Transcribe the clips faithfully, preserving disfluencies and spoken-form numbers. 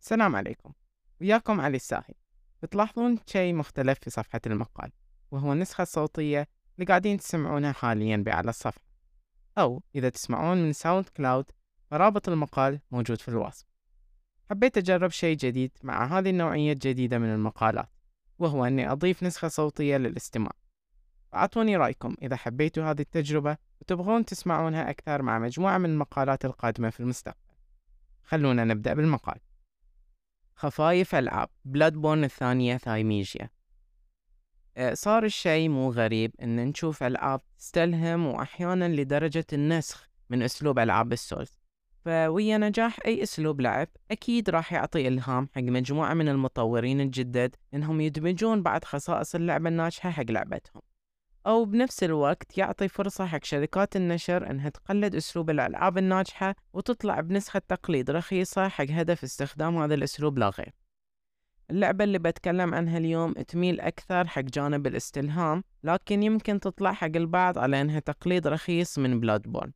السلام عليكم. وياكم علي الساهي. بتلاحظون شيء مختلف في صفحة المقال، وهو النسخة الصوتية اللي قاعدين تسمعونها حاليا بأعلى الصفحة، أو إذا تسمعون من ساوند كلاود فرابط المقال موجود في الوصف. حبيت أجرب شيء جديد مع هذه النوعية الجديدة من المقالات، وهو أني أضيف نسخة صوتية للاستماع. فأعطوني رأيكم إذا حبيتوا هذه التجربة وتبغون تسمعونها أكثر مع مجموعة من المقالات القادمة في المستقبل. خلونا نبدأ بالمقال. خفايف ألعاب بلادبورن الثانية ثايميجيا. آه، صار الشيء مو غريب إن نشوف ألعاب تستلهم وأحيانا لدرجة النسخ من أسلوب ألعاب السولز. فويا نجاح أي أسلوب لعب أكيد راح يعطي إلهام حق مجموعة من المطورين الجدد إنهم يدمجون بعض خصائص اللعبة الناجحة حق لعبتهم، أو بنفس الوقت يعطي فرصة حق شركات النشر إنها تقلد أسلوب الألعاب الناجحة وتطلع بنسخة تقليد رخيصة حق هدف استخدام هذا الأسلوب لا غير. اللعبة اللي بتكلم عنها اليوم تميل أكثر حق جانب الاستلهام، لكن يمكن تطلع حق البعض على إنها تقليد رخيص من بلادبورن.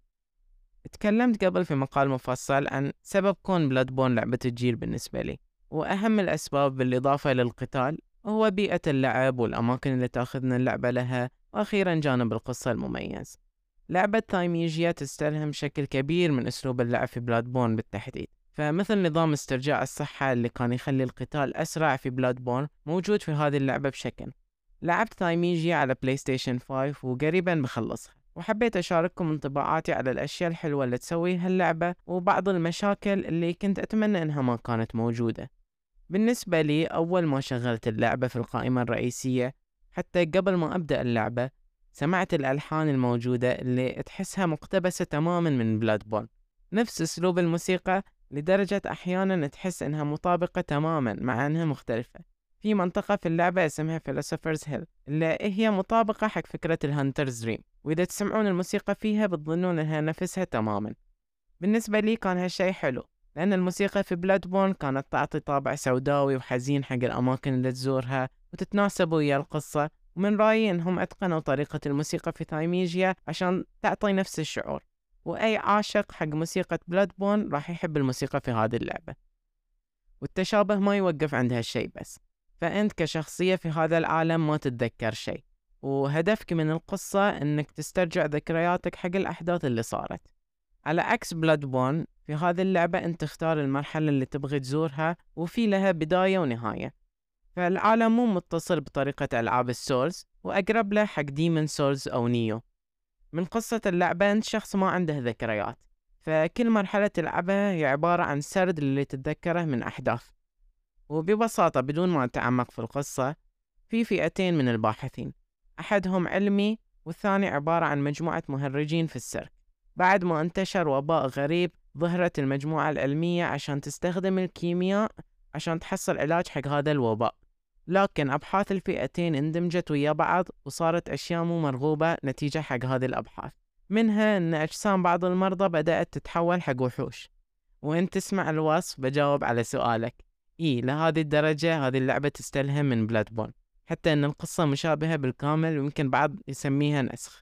تكلمت قبل في مقال مفصل عن سبب كون بلادبورن لعبة الجيل بالنسبة لي، وأهم الأسباب بالإضافة للقتال هو بيئة اللعب والأماكن اللي تأخذنا اللعبة لها، وأخيرا جانب القصة المميز. لعبة ثايميجيا تستلهم شكل كبير من أسلوب اللعب في بلادبورن بالتحديد، فمثل نظام استرجاع الصحة اللي كان يخلي القتال أسرع في بلادبورن موجود في هذه اللعبة بشكل. لعبت ثايميجيا على بلاي ستيشن خمسة وقريبا بخلصها، وحبيت أشارككم انطباعاتي على الأشياء الحلوة اللي تسويها اللعبة وبعض المشاكل اللي كنت أتمنى إنها ما كانت موجودة. بالنسبة لي أول ما شغلت اللعبة في القائمة الرئيسية، حتى قبل ما أبدأ اللعبة سمعت الألحان الموجودة اللي تحسها مقتبسة تماما من بلادبورن، نفس أسلوب الموسيقى لدرجة أحيانا تحس إنها مطابقة تماما مع إنها مختلفة. في منطقة في اللعبة اسمها فيلوسوفرز هيل اللي هي مطابقة حق فكرة الهانترز دريم، وإذا تسمعون الموسيقى فيها بتظنون إنها نفسها تماما. بالنسبة لي كان هالشي حلو، لأن الموسيقى في بلادبورن كانت تعطي طابع سوداوي وحزين حق الأماكن اللي تزورها وتتناسب ويا القصة، ومن رأيي إنهم أتقنوا طريقة الموسيقى في ثايميجيا عشان تعطي نفس الشعور، وأي عاشق حق موسيقى بلادبورن راح يحب الموسيقى في هذه اللعبة. والتشابه ما يوقف عند هالشي بس، فأنت كشخصية في هذا العالم ما تتذكر شيء، وهدفك من القصة إنك تسترجع ذكرياتك حق الأحداث اللي صارت. على عكس بلادبورن، في هذه اللعبة أنت تختار المرحلة اللي تبغي تزورها وفي لها بداية ونهاية، فالعالم مو متصل بطريقة ألعاب السولز، وأقرب له حق ديمن سولز أو نيو. من قصة اللعبة أنت شخص ما عنده ذكريات، فكل مرحلة تلعبها هي عبارة عن سرد اللي تتذكره من أحداث. وببساطة بدون ما نتعمق في القصة، في فئتين من الباحثين، أحدهم علمي والثاني عبارة عن مجموعة مهرجين في السيرك. بعد ما انتشر وباء غريب، ظهرت المجموعة العلمية عشان تستخدم الكيمياء عشان تحصل علاج حق هذا الوباء، لكن أبحاث الفئتين اندمجت ويا بعض وصارت أشياء مو مرغوبة نتيجة حق هذه الأبحاث، منها أن أجسام بعض المرضى بدأت تتحول حق وحوش. وإن تسمع الوصف بجاوب على سؤالك، إيه لهذه الدرجة هذه اللعبة تستلهم من بلادبورن، حتى أن القصة مشابهة بالكامل ويمكن بعض يسميها نسخ.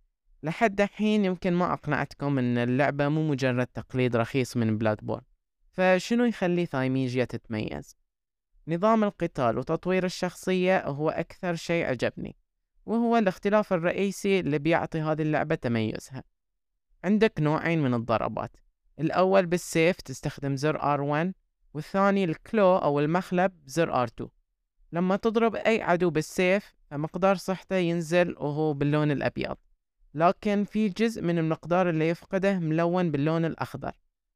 لحد الحين يمكن ما أقنعتكم أن اللعبة مو مجرد تقليد رخيص من بلادبورن، فشنو يخلي ثايميجيا تتميز؟ نظام القتال وتطوير الشخصية هو أكثر شيء عجبني، وهو الاختلاف الرئيسي اللي بيعطي هذه اللعبة تميزها. عندك نوعين من الضربات، الأول بالسيف تستخدم زر آر واحد، والثاني الكلو أو المخلب زر آر اثنين. لما تضرب أي عدو بالسيف فمقدار صحته ينزل وهو باللون الأبيض، لكن في جزء من المقدار اللي يفقده ملون باللون الأخضر.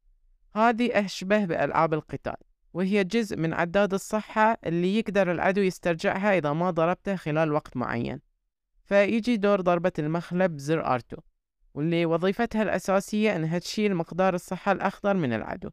هذه أشبه بألعاب القتال، وهي جزء من عداد الصحة اللي يقدر العدو يسترجعها إذا ما ضربته خلال وقت معين. فيجي دور ضربة المخلب زر آر اثنين، واللي وظيفتها الأساسية أنها تشيل مقدار الصحة الأخضر من العدو،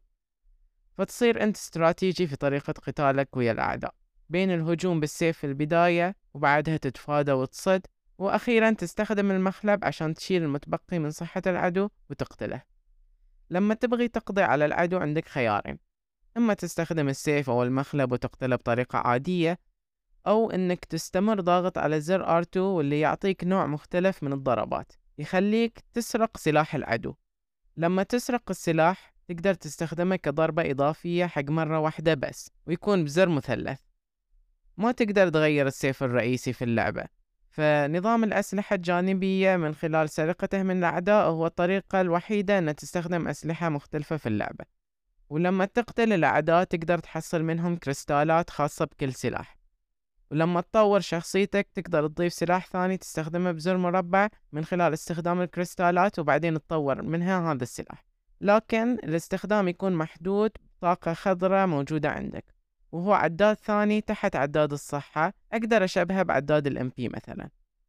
فتصير أنت استراتيجي في طريقة قتالك ويا الأعداء، بين الهجوم بالسيف في البداية وبعدها تتفادى وتصد، وأخيرا تستخدم المخلب عشان تشيل المتبقي من صحة العدو وتقتله. لما تبغي تقضي على العدو عندك خيارين، إما تستخدم السيف أو المخلب وتقتله بطريقة عادية، أو إنك تستمر ضاغط على زر آر اثنين واللي يعطيك نوع مختلف من الضربات يخليك تسرق سلاح العدو. لما تسرق السلاح تقدر تستخدمه كضربة إضافية حق مرة واحدة بس، ويكون بزر مثلث. ما تقدر تغير السيف الرئيسي في اللعبة، فنظام الأسلحة الجانبية من خلال سرقته من الأعداء هو الطريقة الوحيدة أن تستخدم أسلحة مختلفة في اللعبة. ولما تقتل الأعداء تقدر تحصل منهم كريستالات خاصة بكل سلاح. ولما تطور شخصيتك تقدر تضيف سلاح ثاني تستخدمه بزر مربع من خلال استخدام الكريستالات، وبعدين تطور منها هذا السلاح. لكن الاستخدام يكون محدود بطاقة خضراء موجودة عندك، وهو عداد ثاني تحت عداد الصحة، أقدر أشبهه بعداد الام بي مثلا.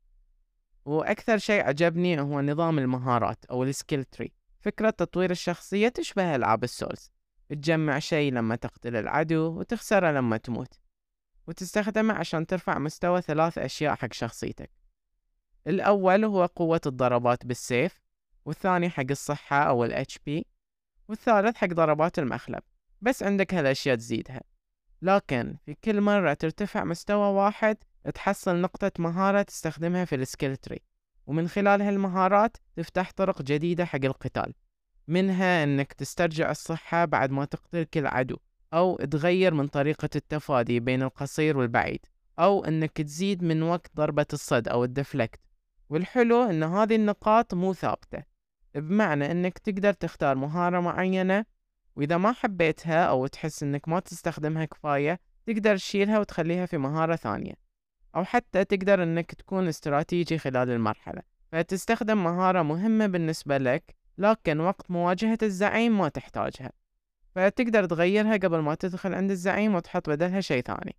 وأكثر شيء عجبني هو نظام المهارات أو السكيل تري. فكرة تطوير الشخصية تشبه ألعاب السولز، تجمع شيء لما تقتل العدو وتخسره لما تموت، وتستخدمه عشان ترفع مستوى ثلاث أشياء حق شخصيتك. الأول هو قوة الضربات بالسيف، والثاني حق الصحة أو ال إتش بي، والثالث حق ضربات المخلب. بس عندك هالأشياء تزيدها، لكن في كل مرة ترتفع مستوى واحد تحصل نقطة مهارة تستخدمها في السكيل تري، ومن خلال هالمهارات تفتح طرق جديدة حق القتال. منها انك تسترجع الصحة بعد ما تقتل كل عدو، او تغير من طريقة التفادي بين القصير والبعيد، او انك تزيد من وقت ضربة الصد او الدفلكت. والحلو ان هذه النقاط مو ثابتة، بمعنى انك تقدر تختار مهارة معينة، واذا ما حبيتها او تحس انك ما تستخدمها كفاية تقدر تشيلها وتخليها في مهارة ثانية. او حتى تقدر انك تكون استراتيجي خلال المرحلة، فتستخدم مهارة مهمة بالنسبة لك لكن وقت مواجهة الزعيم ما تحتاجها، فتقدر تغيرها قبل ما تدخل عند الزعيم وتحط بدلها شيء ثاني.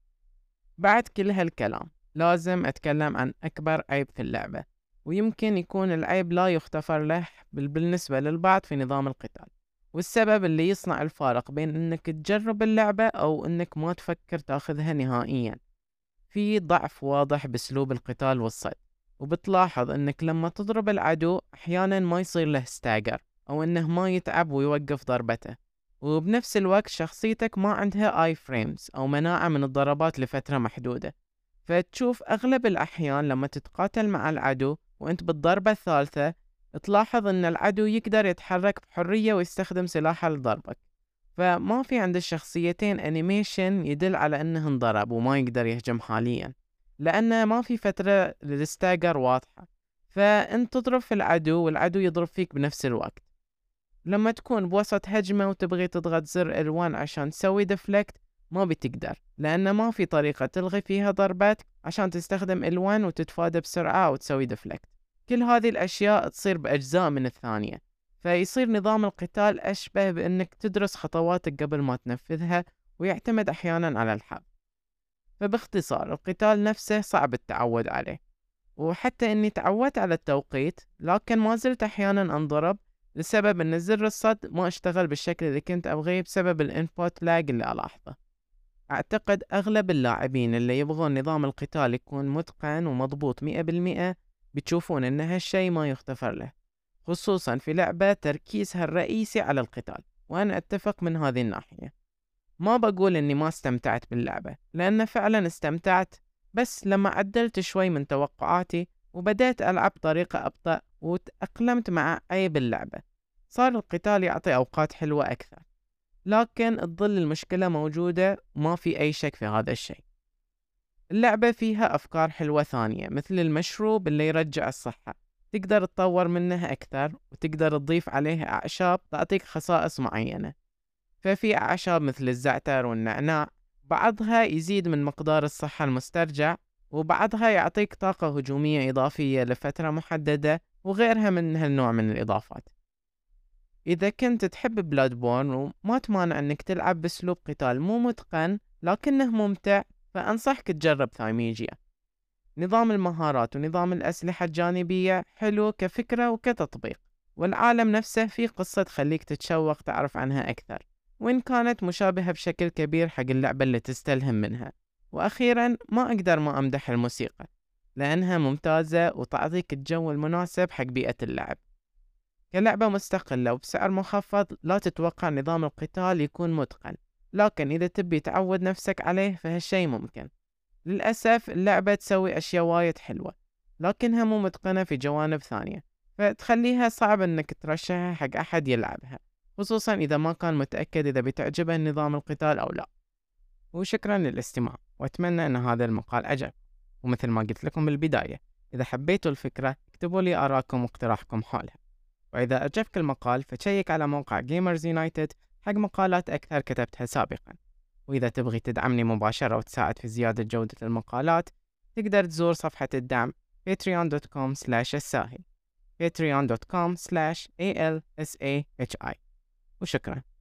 بعد كل هالكلام لازم أتكلم عن أكبر عيب في اللعبة، ويمكن يكون العيب لا يغتفر له بالنسبة للبعض في نظام القتال، والسبب اللي يصنع الفارق بين انك تجرب اللعبة او انك ما تفكر تاخذها نهائيا. في ضعف واضح باسلوب القتال والصيد، وبتلاحظ انك لما تضرب العدو احيانا ما يصير له ستاجر، او انه ما يتعب ويوقف ضربته، وبنفس الوقت شخصيتك ما عندها اي فريمز او مناعة من الضربات لفترة محدودة. فتشوف اغلب الاحيان لما تتقاتل مع العدو وانت بالضربة الثالثة تلاحظ ان العدو يقدر يتحرك بحرية ويستخدم سلاحه لضربك، فما في عند الشخصيتين انيميشن يدل على انه انضرب وما يقدر يهجم حاليا، لأنه ما في فترة للستاجر واضحة، فانت تضرب في العدو والعدو يضرب فيك بنفس الوقت. لما تكون بوسط هجمة وتبغي تضغط زر إل وان عشان تسوي ديفلكت ما بتقدر، لأنه ما في طريقة تلغي فيها ضربات عشان تستخدم إل وان وتتفادى بسرعة وتسوي ديفلكت. كل هذه الأشياء تصير بأجزاء من الثانية، فيصير نظام القتال أشبه بأنك تدرس خطواتك قبل ما تنفذها، ويعتمد أحيانا على الحظ. فباختصار القتال نفسه صعب التعود عليه، وحتى أني تعودت على التوقيت لكن ما زلت أحيانا أنضرب لسبب أن زر الصد ما اشتغل بالشكل اللي كنت أبغيه بسبب الانبوت لاج اللي ألاحظه. أعتقد أغلب اللاعبين اللي يبغون نظام القتال يكون متقن ومضبوط مئة بالمئة بتشوفون أن هالشي ما يغتفر له، خصوصا في لعبة تركيزها الرئيسي على القتال، وأنا أتفق من هذه الناحية. ما بقول أني ما استمتعت باللعبة، لأن فعلا استمتعت، بس لما عدلت شوي من توقعاتي وبدأت ألعب بطريقة أبطأ وتأقلمت مع عيب اللعبة، صار القتال يعطي أوقات حلوة أكثر. لكن تظل المشكلة موجودة وما في أي شك في هذا الشيء. اللعبة فيها أفكار حلوة ثانية مثل المشروب اللي يرجع الصحة، تقدر تطور منها أكثر وتقدر تضيف عليها أعشاب تعطيك خصائص معينة. ففي أعشاب مثل الزعتر والنعناع بعضها يزيد من مقدار الصحة المسترجع، وبعضها يعطيك طاقة هجومية إضافية لفترة محددة، وغيرها من هالنوع من الإضافات. إذا كنت تحب بلاد بورن وما تمانع أنك تلعب بأسلوب قتال مو متقن لكنه ممتع، فأنصحك تجرب ثايميجيا. نظام المهارات ونظام الأسلحة الجانبية حلو كفكرة وكتطبيق، والعالم نفسه فيه قصة تخليك تتشوق تعرف عنها أكثر، وإن كانت مشابهة بشكل كبير حق اللعبة اللي تستلهم منها. وأخيرا ما أقدر ما أمدح الموسيقى، لأنها ممتازة وتعطيك الجو المناسب حق بيئة اللعب. كلعبة مستقلة وبسعر مخفض لا تتوقع نظام القتال يكون متقن، لكن إذا تبي تعود نفسك عليه فهالشي ممكن. للأسف اللعبة تسوي أشياء وايد حلوة لكنها مو متقنة في جوانب ثانية، فتخليها صعب أنك ترشحها حق أحد يلعبها، خصوصا إذا ما كان متأكد إذا بتعجبه نظام القتال أو لا. وشكرا للاستماع، وأتمنى أن هذا المقال عجب. ومثل ما قلت لكم بالبداية، إذا حبيتوا الفكرة اكتبوا لي آراءكم واقتراحكم حولها. وإذا أعجبك المقال فشيك على موقع Gamers United حق مقالات أكثر كتبتها سابقا. وإذا تبغي تدعمني مباشرة وتساعد في زيادة جودة المقالات، تقدر تزور صفحة الدعم patreon دوت كوم سلاش الساهي patreon دوت كوم سلاش A L S A H I. وشكرا.